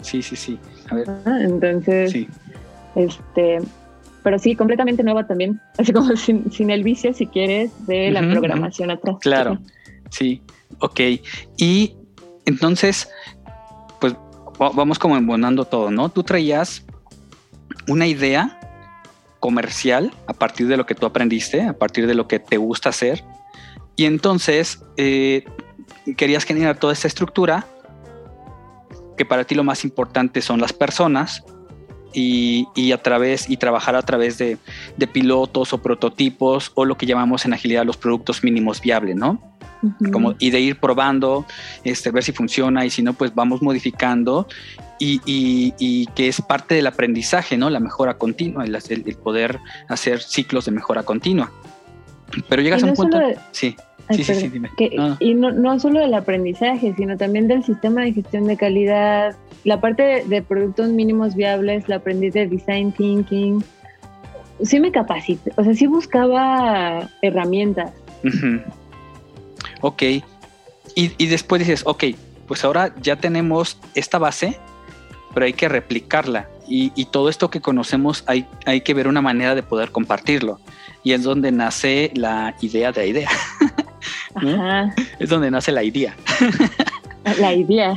sí, sí, sí. A ver. Ah, entonces, sí. este, pero sí, completamente nueva también, así como sin, sin el vicio, si quieres, de la uh-huh, programación uh-huh. atrás. Claro, sí, ok. Y entonces, pues vamos como embonando todo, ¿no? Tú traías una idea comercial a partir de lo que tú aprendiste, a partir de lo que te gusta hacer, y entonces eh, querías generar toda esta estructura, que para ti lo más importante son las personas, y, y a través y trabajar a través de, de pilotos o prototipos, o lo que llamamos en agilidad los productos mínimos viables, ¿no? Uh-huh. Como, y de ir probando, este, ver si funciona, y si no, pues vamos modificando, y, y, y que es parte del aprendizaje, ¿no? La mejora continua, el, el, el poder hacer ciclos de mejora continua. Pero llegas no a un punto... De... Sí, Ay, sí, sí, sí, dime. Que, no, no. Y no, no solo del aprendizaje, sino también del sistema de gestión de calidad. La parte de, de productos mínimos viables, la aprendí de design thinking. Sí me capacité, o sea, sí buscaba herramientas. Uh-huh. Ok. Y, y después dices, ok, pues ahora ya tenemos esta base, pero hay que replicarla. Y, y todo esto que conocemos hay, hay que ver una manera de poder compartirlo. Y es donde nace la idea de la idea. ¿No? Ajá. Es donde nace la idea. La idea.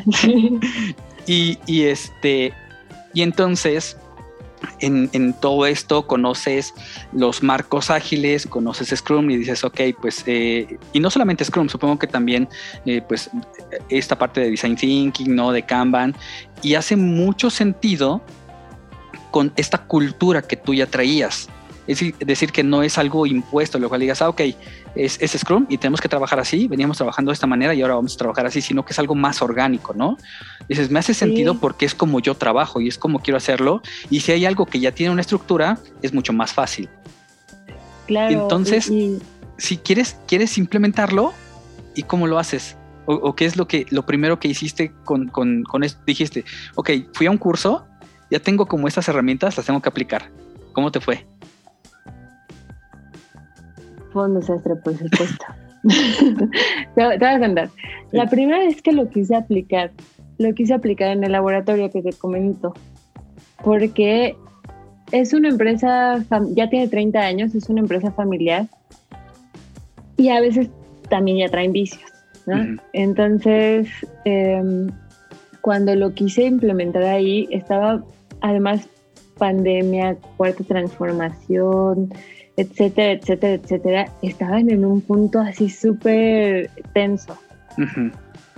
y, y este y entonces en, en todo esto conoces los marcos ágiles, conoces Scrum y dices, ok, pues eh, y no solamente Scrum, supongo que también eh, pues esta parte de Design Thinking, ¿no? De Kanban, y hace mucho sentido con esta cultura que tú ya traías. Es decir, que no es algo impuesto, lo cual digas, ah, ok, es, es Scrum y tenemos que trabajar así, veníamos trabajando de esta manera y ahora vamos a trabajar así, sino que es algo más orgánico, ¿no? Dices, me hace sentido sí. porque es como yo trabajo y es como quiero hacerlo, y si hay algo que ya tiene una estructura, es mucho más fácil. Claro. Entonces, y, y... si quieres, quieres implementarlo, ¿y cómo lo haces? O, o qué es lo que lo primero que hiciste con, con, con esto. Dijiste, ok, fui a un curso, ya tengo como estas herramientas, las tengo que aplicar. ¿Cómo te fue? Fue un desastre, por supuesto. te, te voy a contar. La primera vez que lo quise aplicar, lo quise aplicar en el laboratorio que te comento, porque es una empresa, ya tiene treinta años, es una empresa familiar y a veces también ya traen vicios, ¿no? Uh-huh. Entonces, eh, cuando lo quise implementar ahí, estaba además pandemia, cuarta transformación, etcétera, etcétera, etcétera, estaban en un punto así súper tenso. Uh-huh.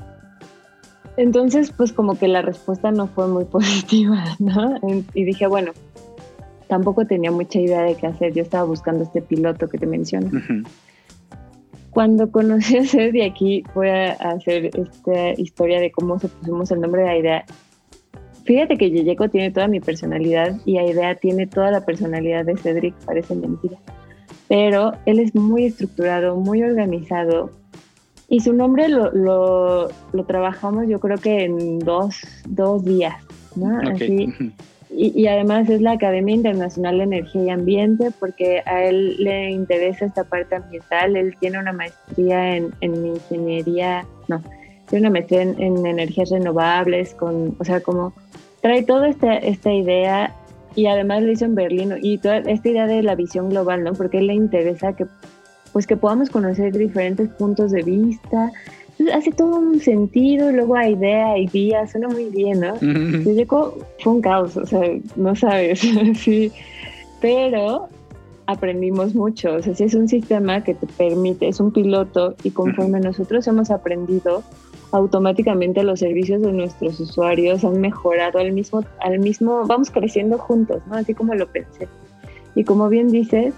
Entonces, pues como que la respuesta no fue muy positiva, ¿no? Y dije, bueno, tampoco tenía mucha idea de qué hacer. Yo estaba buscando este piloto que te menciono. Uh-huh. Cuando conocí a Seth, y aquí voy a hacer esta historia de cómo se pusimos el nombre de Aidea. Fíjate que Yeyeko tiene toda mi personalidad y Aidea tiene toda la personalidad de Cedric, parece mentira. Pero él es muy estructurado, muy organizado. Y su nombre lo, lo, lo trabajamos yo creo que en dos, dos días, ¿no? Okay. Así, y, y además es la Academia Internacional de Energía y Ambiente, porque a él le interesa esta parte ambiental. Él tiene una maestría en, en ingeniería, no, tiene una maestría en, en energías renovables, con, o sea, como trae toda esta, esta idea, y además lo hizo en Berlín, y toda esta idea de la visión global, ¿no? Porque a él le interesa que, pues, que podamos conocer diferentes puntos de vista. Entonces, hace todo un sentido, y luego hay idea, hay día, suena muy bien, ¿no? Uh-huh. Yeyeko fue un caos, o sea, no sabes, sí, pero aprendimos mucho. O sea, sí es un sistema que te permite, es un piloto, y conforme uh-huh. nosotros hemos aprendido, automáticamente los servicios de nuestros usuarios han mejorado al mismo, al mismo, vamos creciendo juntos, ¿no? Así como lo pensé. Y como bien dices,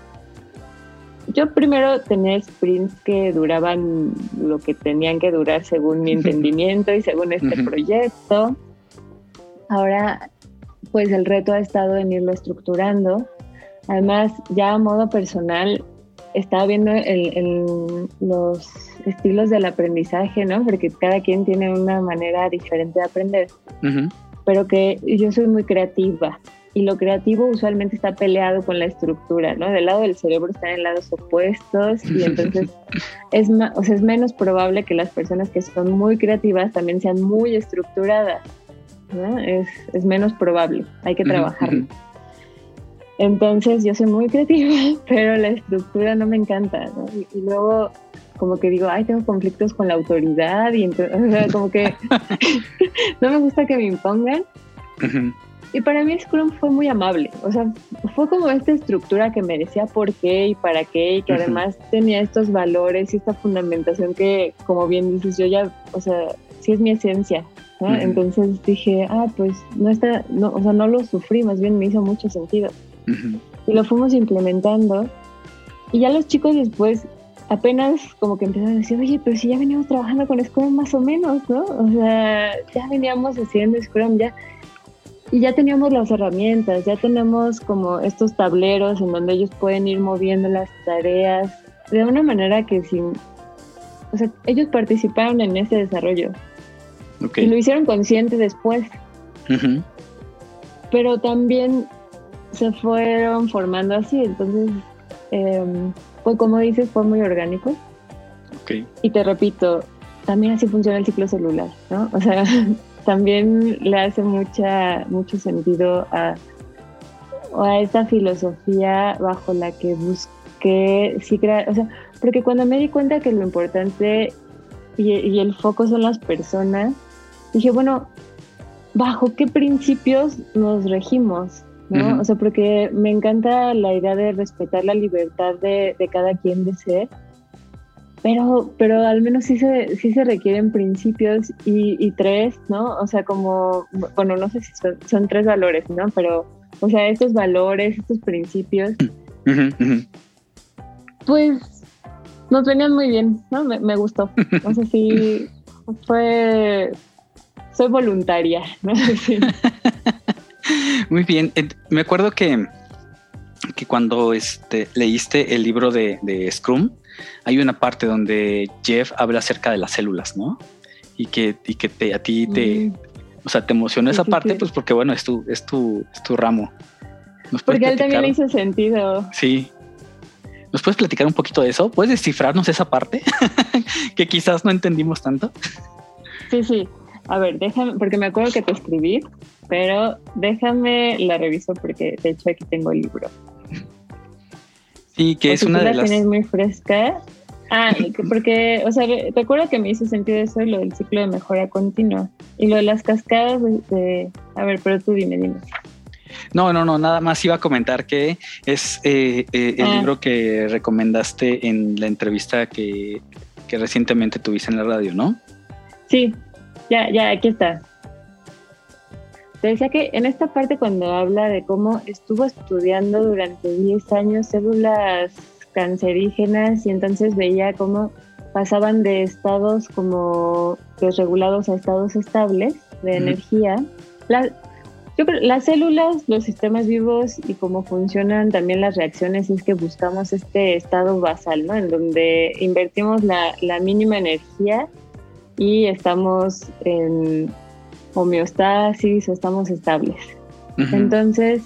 yo primero tenía sprints que duraban lo que tenían que durar según mi entendimiento y según este proyecto. Ahora, pues el reto ha estado en irlo estructurando. Además, ya a modo personal, estaba viendo el, el, los estilos del aprendizaje, ¿no? Porque cada quien tiene una manera diferente de aprender. Uh-huh. Pero que yo soy muy creativa. Y lo creativo usualmente está peleado con la estructura, ¿no? Del lado del cerebro están en lados opuestos, y entonces es, ma- o sea, es menos probable que las personas que son muy creativas también sean muy estructuradas. ¿no? Es, es menos probable, hay que trabajarlo. Uh-huh. Entonces yo soy muy creativa, pero la estructura no me encanta, ¿no? Y, y luego como que digo, ay, tengo conflictos con la autoridad y entonces, o sea, como que no me gusta que me impongan. Uh-huh. Y para mí Scrum fue muy amable, o sea, fue como esta estructura que me decía por qué y para qué, y que uh-huh. además tenía estos valores y esta fundamentación que, como bien dices, yo ya, o sea, sí es mi esencia, ¿no? Uh-huh. Entonces dije, ah, pues no está, no, o sea, no lo sufrí, más bien me hizo mucho sentido. Uh-huh. Y lo fuimos implementando, y ya los chicos después apenas como que empezaron a decir, oye, pero si ya veníamos trabajando con Scrum más o menos, ¿no? O sea, ya veníamos haciendo Scrum, ya... Y ya teníamos las herramientas, ya tenemos como estos tableros en donde ellos pueden ir moviendo las tareas de una manera que sin... O sea, ellos participaron en ese desarrollo. Okay. Y lo hicieron consciente después. Uh-huh. Pero también se fueron formando así, entonces, eh, pues como dices, fue muy orgánico. Okay. Y te repito, también así funciona el ciclo celular, ¿no? O sea... También le hace mucha, mucho sentido a, a esta filosofía bajo la que busqué, sí, crear, o sea, porque cuando me di cuenta que lo importante y, y el foco son las personas, dije, bueno, ¿bajo qué principios nos regimos? ¿No? Uh-huh. O sea, porque me encanta la idea de respetar la libertad de, de cada quien de ser. Pero, pero al menos sí se, sí se requieren principios y, y tres, ¿no? O sea, como, bueno, no sé si son, son tres valores, ¿no? Pero, o sea, estos valores, estos principios, uh-huh, uh-huh. pues nos venían muy bien, ¿no? Me, me gustó. O sea, sí, fue, soy voluntaria, ¿no? Sí. Muy bien. Me acuerdo que, que cuando este, leíste el libro de, de Scrum, hay una parte donde Jeff habla acerca de las células, ¿no? Y que, y que te, a ti te, mm. o sea, te emocionó sí, esa sí, parte, sí. Pues porque bueno, es tu, es tu, es tu ramo. Porque a él también le hizo sentido. Sí. ¿Nos puedes platicar un poquito de eso? ¿Puedes descifrarnos esa parte? Que quizás no entendimos tanto. Sí, sí. A ver, déjame, porque me acuerdo que te escribí, pero déjame la reviso porque de hecho aquí tengo el libro. Sí, que o es si una tú de la las... tienes muy fresca. Ah, porque, o sea, te acuerdo que me hizo sentido eso, lo del ciclo de mejora continua. Y lo de las cascadas de... de... A ver, pero tú dime, dime. No, no, no, nada más iba a comentar que es eh, eh, el ah. libro que recomendaste en la entrevista que, que recientemente tuviste en la radio, ¿no? Sí, ya, ya, aquí está. Te decía que en esta parte cuando habla de cómo estuvo estudiando durante diez años células cancerígenas y entonces veía cómo pasaban de estados como desregulados a estados estables de uh-huh. energía. La, yo creo las células, los sistemas vivos y cómo funcionan también las reacciones es que buscamos este estado basal, ¿no? En donde invertimos la, la mínima energía y estamos en homeostasis o estamos estables. Uh-huh. Entonces,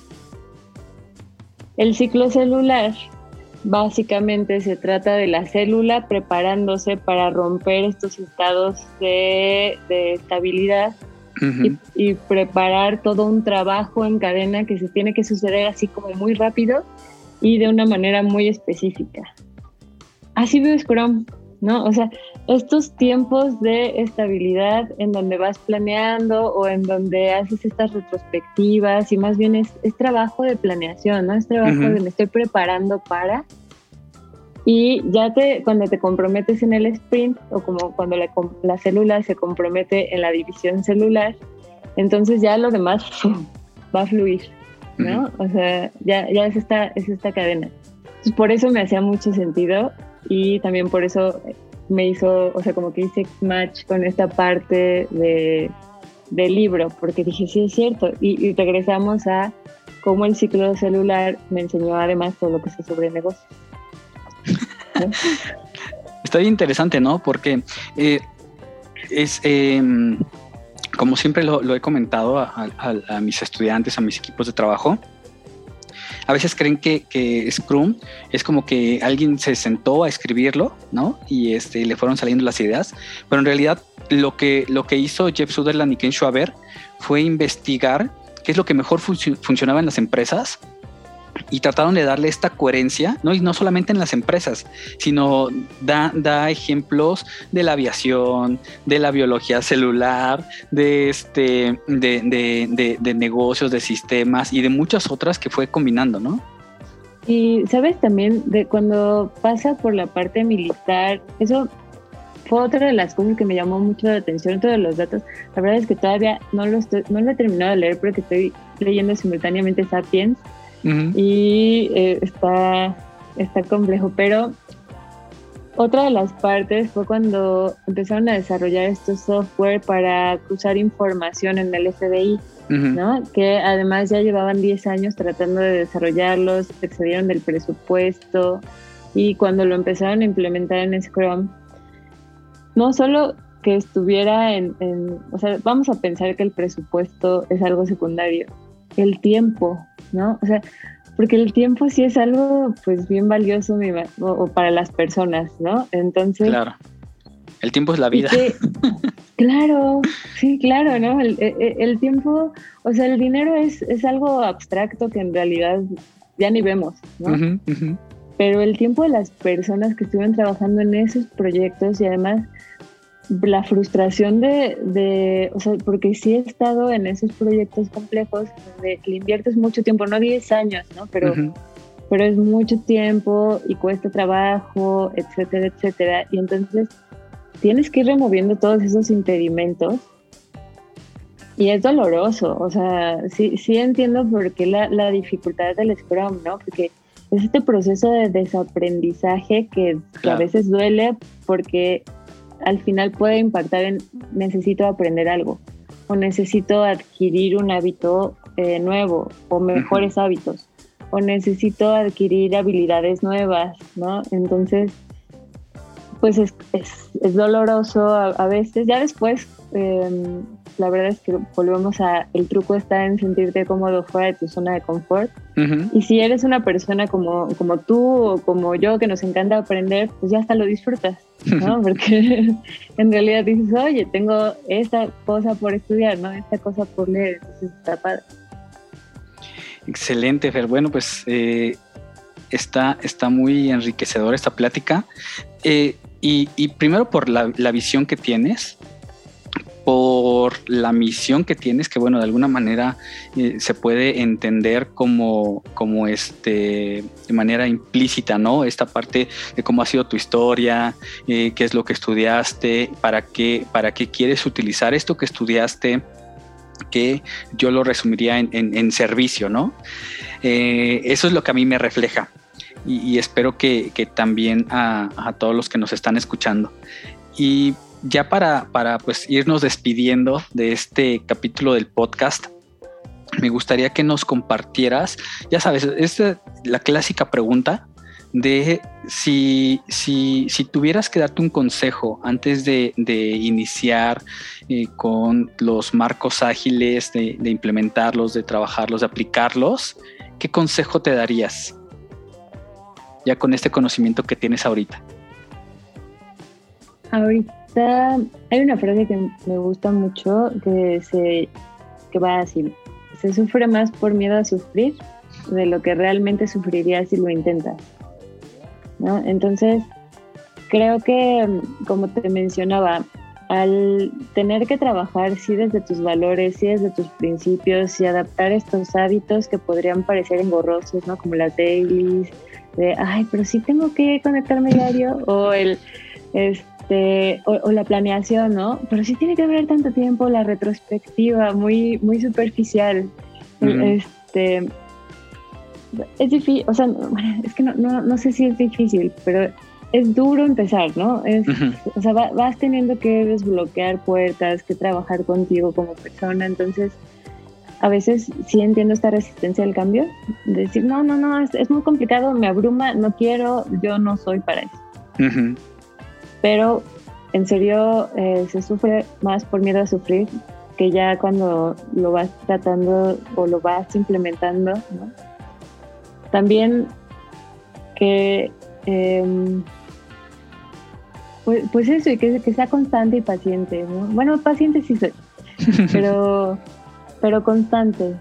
el ciclo celular básicamente se trata de la célula preparándose para romper estos estados de, de estabilidad uh-huh. y, y preparar todo un trabajo en cadena que se tiene que suceder así como muy rápido y de una manera muy específica. Así veo Scrum, ¿no? O sea, estos tiempos de estabilidad en donde vas planeando o en donde haces estas retrospectivas y más bien es, es trabajo de planeación, ¿no? Es trabajo uh-huh. de me estoy preparando para y ya te cuando te comprometes en el sprint o como cuando la, la célula se compromete en la división celular, entonces ya lo demás va a fluir, ¿no? Uh-huh. O sea, ya, ya es, esta, es esta cadena. Entonces, por eso me hacía mucho sentido y también por eso me hizo, o sea, como que hice match con esta parte de, del libro, porque dije, sí, es cierto. Y, y regresamos a cómo el ciclo celular me enseñó además todo lo que sé sobre negocios. ¿No? Está bien interesante, ¿no? Porque eh, es, eh, como siempre lo, lo he comentado a, a, a mis estudiantes, a mis equipos de trabajo, a veces creen que, que Scrum es como que alguien se sentó a escribirlo, ¿no? Y este, le fueron saliendo las ideas, pero en realidad lo que, lo que hizo Jeff Sutherland y Ken Schwaber fue investigar qué es lo que mejor func- funcionaba en las empresas y trataron de darle esta coherencia, ¿no? Y no solamente en las empresas, sino da, da ejemplos de la aviación, de la biología celular, de, este, de, de, de, de negocios, de sistemas y de muchas otras que fue combinando, ¿no? Y sabes también de cuando pasa por la parte militar, eso fue otra de las cosas que me llamó mucho la atención, todos los datos. La verdad es que todavía no lo, estoy, no lo he terminado de leer porque estoy leyendo simultáneamente Sapiens. Uh-huh. Y eh, está, está complejo, pero otra de las partes fue cuando empezaron a desarrollar estos software para cruzar información en el F B I, uh-huh. ¿no? Que además ya llevaban diez años tratando de desarrollarlos, excedieron del presupuesto, y cuando lo empezaron a implementar en Scrum, no solo que estuviera en, en o sea, vamos a pensar que el presupuesto es algo secundario, el tiempo, ¿no? O sea, porque el tiempo sí es algo pues bien valioso o, o para las personas, ¿no? Entonces... Claro, el tiempo es la vida. Que, claro, sí, claro, ¿no? El, el, el tiempo, o sea, el dinero es, es algo abstracto que en realidad ya ni vemos, ¿no? Uh-huh, uh-huh. Pero el tiempo de las personas que estuvieron trabajando en esos proyectos y además la frustración de, de, o sea, porque sí he estado en esos proyectos complejos donde le inviertes mucho tiempo, no diez años, ¿no? Pero, uh-huh. pero es mucho tiempo y cuesta trabajo, etcétera, etcétera. Y entonces tienes que ir removiendo todos esos impedimentos y es doloroso. O sea, sí, sí entiendo por qué la, la dificultad del Scrum, ¿no? Porque es este proceso de desaprendizaje que, claro. que a veces duele porque al final puede impactar en necesito aprender algo o necesito adquirir un hábito eh, nuevo o mejores uh-huh. hábitos o necesito adquirir habilidades nuevas, ¿no? Entonces, pues es, es, es doloroso a, a veces. Ya después, eh, la verdad es que volvemos a, el truco está en sentirte cómodo fuera de tu zona de confort. Uh-huh. Y si eres una persona como, como tú o como yo que nos encanta aprender, pues ya hasta lo disfrutas, ¿no? Porque en realidad dices, oye, tengo esta cosa por estudiar, ¿no? Esta cosa por leer, entonces está padre. Excelente, Fer. Bueno, pues eh, está, está muy enriquecedora esta plática. Eh, y, y primero por la, la visión que tienes, por la misión que tienes, que bueno, de alguna manera eh, se puede entender como, como este, de manera implícita, ¿no? Esta parte de cómo ha sido tu historia, eh, qué es lo que estudiaste, para qué, para qué quieres utilizar esto que estudiaste, que yo lo resumiría en, en, en servicio, ¿no? Eh, eso es lo que a mí me refleja y, y espero que, que también a, a todos los que nos están escuchando. Y ya para, para pues irnos despidiendo de este capítulo del podcast, me gustaría que nos compartieras, ya sabes, es la clásica pregunta de si, si, si tuvieras que darte un consejo antes de, de iniciar eh, con los marcos ágiles, de, de implementarlos, de trabajarlos, de aplicarlos, ¿qué consejo te darías ya con este conocimiento que tienes ahorita? Ahorita hay una frase que me gusta mucho que, se, que va así: se sufre más por miedo a sufrir de lo que realmente sufrirías si lo intentas, ¿no? Entonces creo que, como te mencionaba, al tener que trabajar sí desde tus valores, sí desde tus principios y adaptar estos hábitos que podrían parecer engorrosos, ¿no? Como las dailies, de ay, pero sí tengo que conectarme diario, o el este o, o la planeación, ¿no? Pero sí tiene que haber tanto tiempo, la retrospectiva, muy, muy superficial. Uh-huh. Este es difícil, o sea, es que no, no, no sé si es difícil, pero es duro empezar, ¿no? Es, uh-huh. O sea, va, vas teniendo que desbloquear puertas, que trabajar contigo como persona. Entonces, a veces sí entiendo esta resistencia al cambio, de decir, no, no, no, es, es muy complicado, me abruma, no quiero, yo no soy para eso. Uh-huh. Pero, en serio, eh, se sufre más por miedo a sufrir que ya cuando lo vas tratando o lo vas implementando, ¿no? también que, eh, pues, pues eso, y que, que sea constante y paciente, ¿no? Bueno, paciente sí soy, pero, pero constante.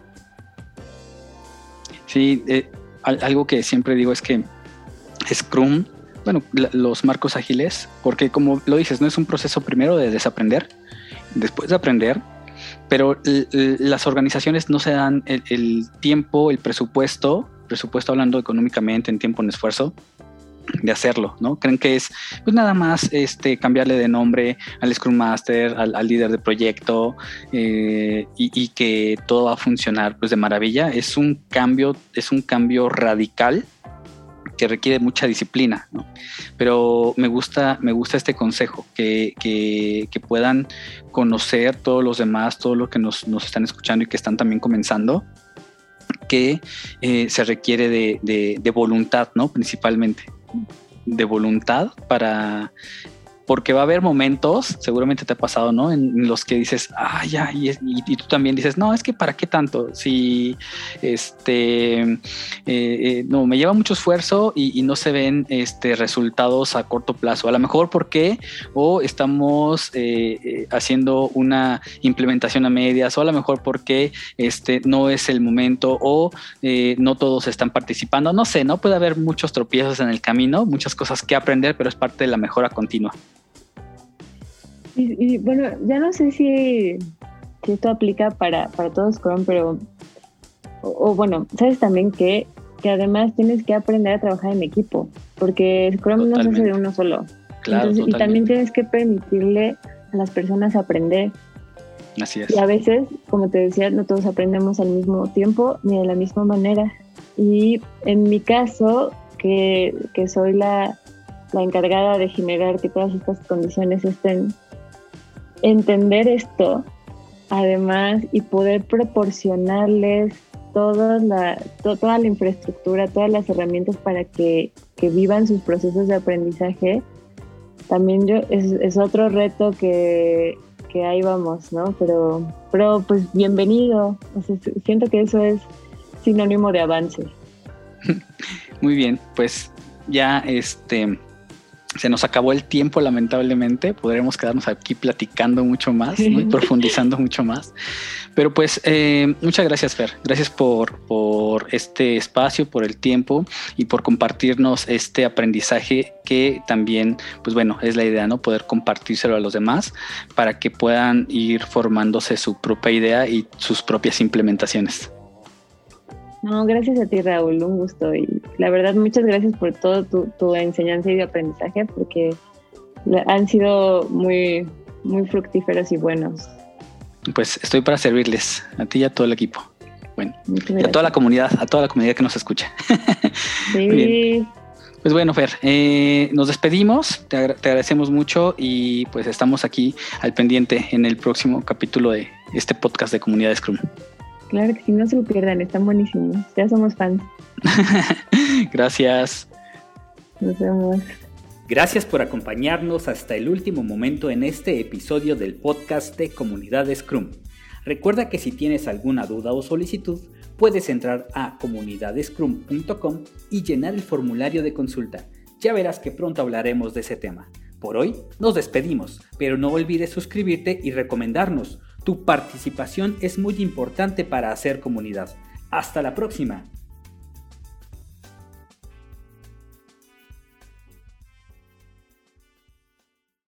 Sí, eh, algo que siempre digo es que Scrum, bueno, la, los marcos ágiles, porque como lo dices, no es un proceso primero de desaprender, después de aprender, pero l- l- las organizaciones no se dan el, el tiempo, el presupuesto, presupuesto hablando económicamente, en tiempo, en esfuerzo, de hacerlo, ¿no? Creen que es pues nada más este, cambiarle de nombre al Scrum Master, al, al líder de proyecto eh, y, y que todo va a funcionar pues de maravilla. Es un cambio, es un cambio radical que requiere mucha disciplina, ¿no? Pero me gusta, me gusta este consejo, que, que, que puedan conocer todos los demás, todo lo que nos, nos están escuchando y que están también comenzando, que eh, se requiere de, de, de voluntad, ¿no? Principalmente de voluntad para... Porque va a haber momentos, seguramente te ha pasado, ¿no? En los que dices, ah, ya, y, y, y tú también dices, no, es que ¿para qué tanto? Si, este, eh, eh, no, me lleva mucho esfuerzo y, y no se ven este, resultados a corto plazo. A lo mejor porque o estamos eh, eh, haciendo una implementación a medias, o a lo mejor porque este, no es el momento, o eh, no todos están participando. No sé, ¿no? Puede haber muchos tropiezos en el camino, muchas cosas que aprender, pero es parte de la mejora continua. Y, y bueno, ya no sé si, si esto aplica para, para todo Scrum, pero, o, o bueno, sabes también que, que además tienes que aprender a trabajar en equipo, porque Scrum totalmente. No se hace de uno solo. Claro, Entonces, y también tienes que permitirle a las personas aprender. Así es. Y a veces, como te decía, no todos aprendemos al mismo tiempo ni de la misma manera. Y en mi caso, que, que soy la, la encargada de generar que todas estas condiciones estén, entender esto, además, y poder proporcionarles toda la, to, toda la infraestructura, todas las herramientas para que, que vivan sus procesos de aprendizaje, también yo es, es otro reto que, que ahí vamos, ¿no? Pero, pero pues bienvenido. O sea, siento que eso es sinónimo de avance. Muy bien, pues ya este... se nos acabó el tiempo, lamentablemente. Podremos quedarnos aquí platicando mucho más, ¿no? Y profundizando mucho más. Pero pues eh, muchas gracias, Fer. Gracias por, por este espacio, por el tiempo y por compartirnos este aprendizaje que también, pues bueno, es la idea, ¿no? Poder compartírselo a los demás para que puedan ir formándose su propia idea y sus propias implementaciones. No, gracias a ti, Raúl, un gusto. Y la verdad, muchas gracias por todo tu, tu enseñanza y aprendizaje, porque han sido muy, muy fructíferos y buenos. Pues estoy para servirles, a ti y a todo el equipo. Bueno, y a toda la comunidad, a toda la comunidad que nos escucha. Sí. Bien. Pues bueno, Fer, eh, nos despedimos, te, agra- te agradecemos mucho y pues estamos aquí al pendiente en el próximo capítulo de este podcast de Comunidad Scrum. Claro que sí, no se lo pierdan, están buenísimos. Ya somos fans. Gracias. Nos vemos. Gracias por acompañarnos hasta el último momento en este episodio del podcast de Comunidad Scrum. Recuerda que si tienes alguna duda o solicitud, puedes entrar a comunidad scrum punto com y llenar el formulario de consulta. Ya verás que pronto hablaremos de ese tema. Por hoy nos despedimos, pero no olvides suscribirte y recomendarnos. Tu participación es muy importante para hacer comunidad. Hasta la próxima.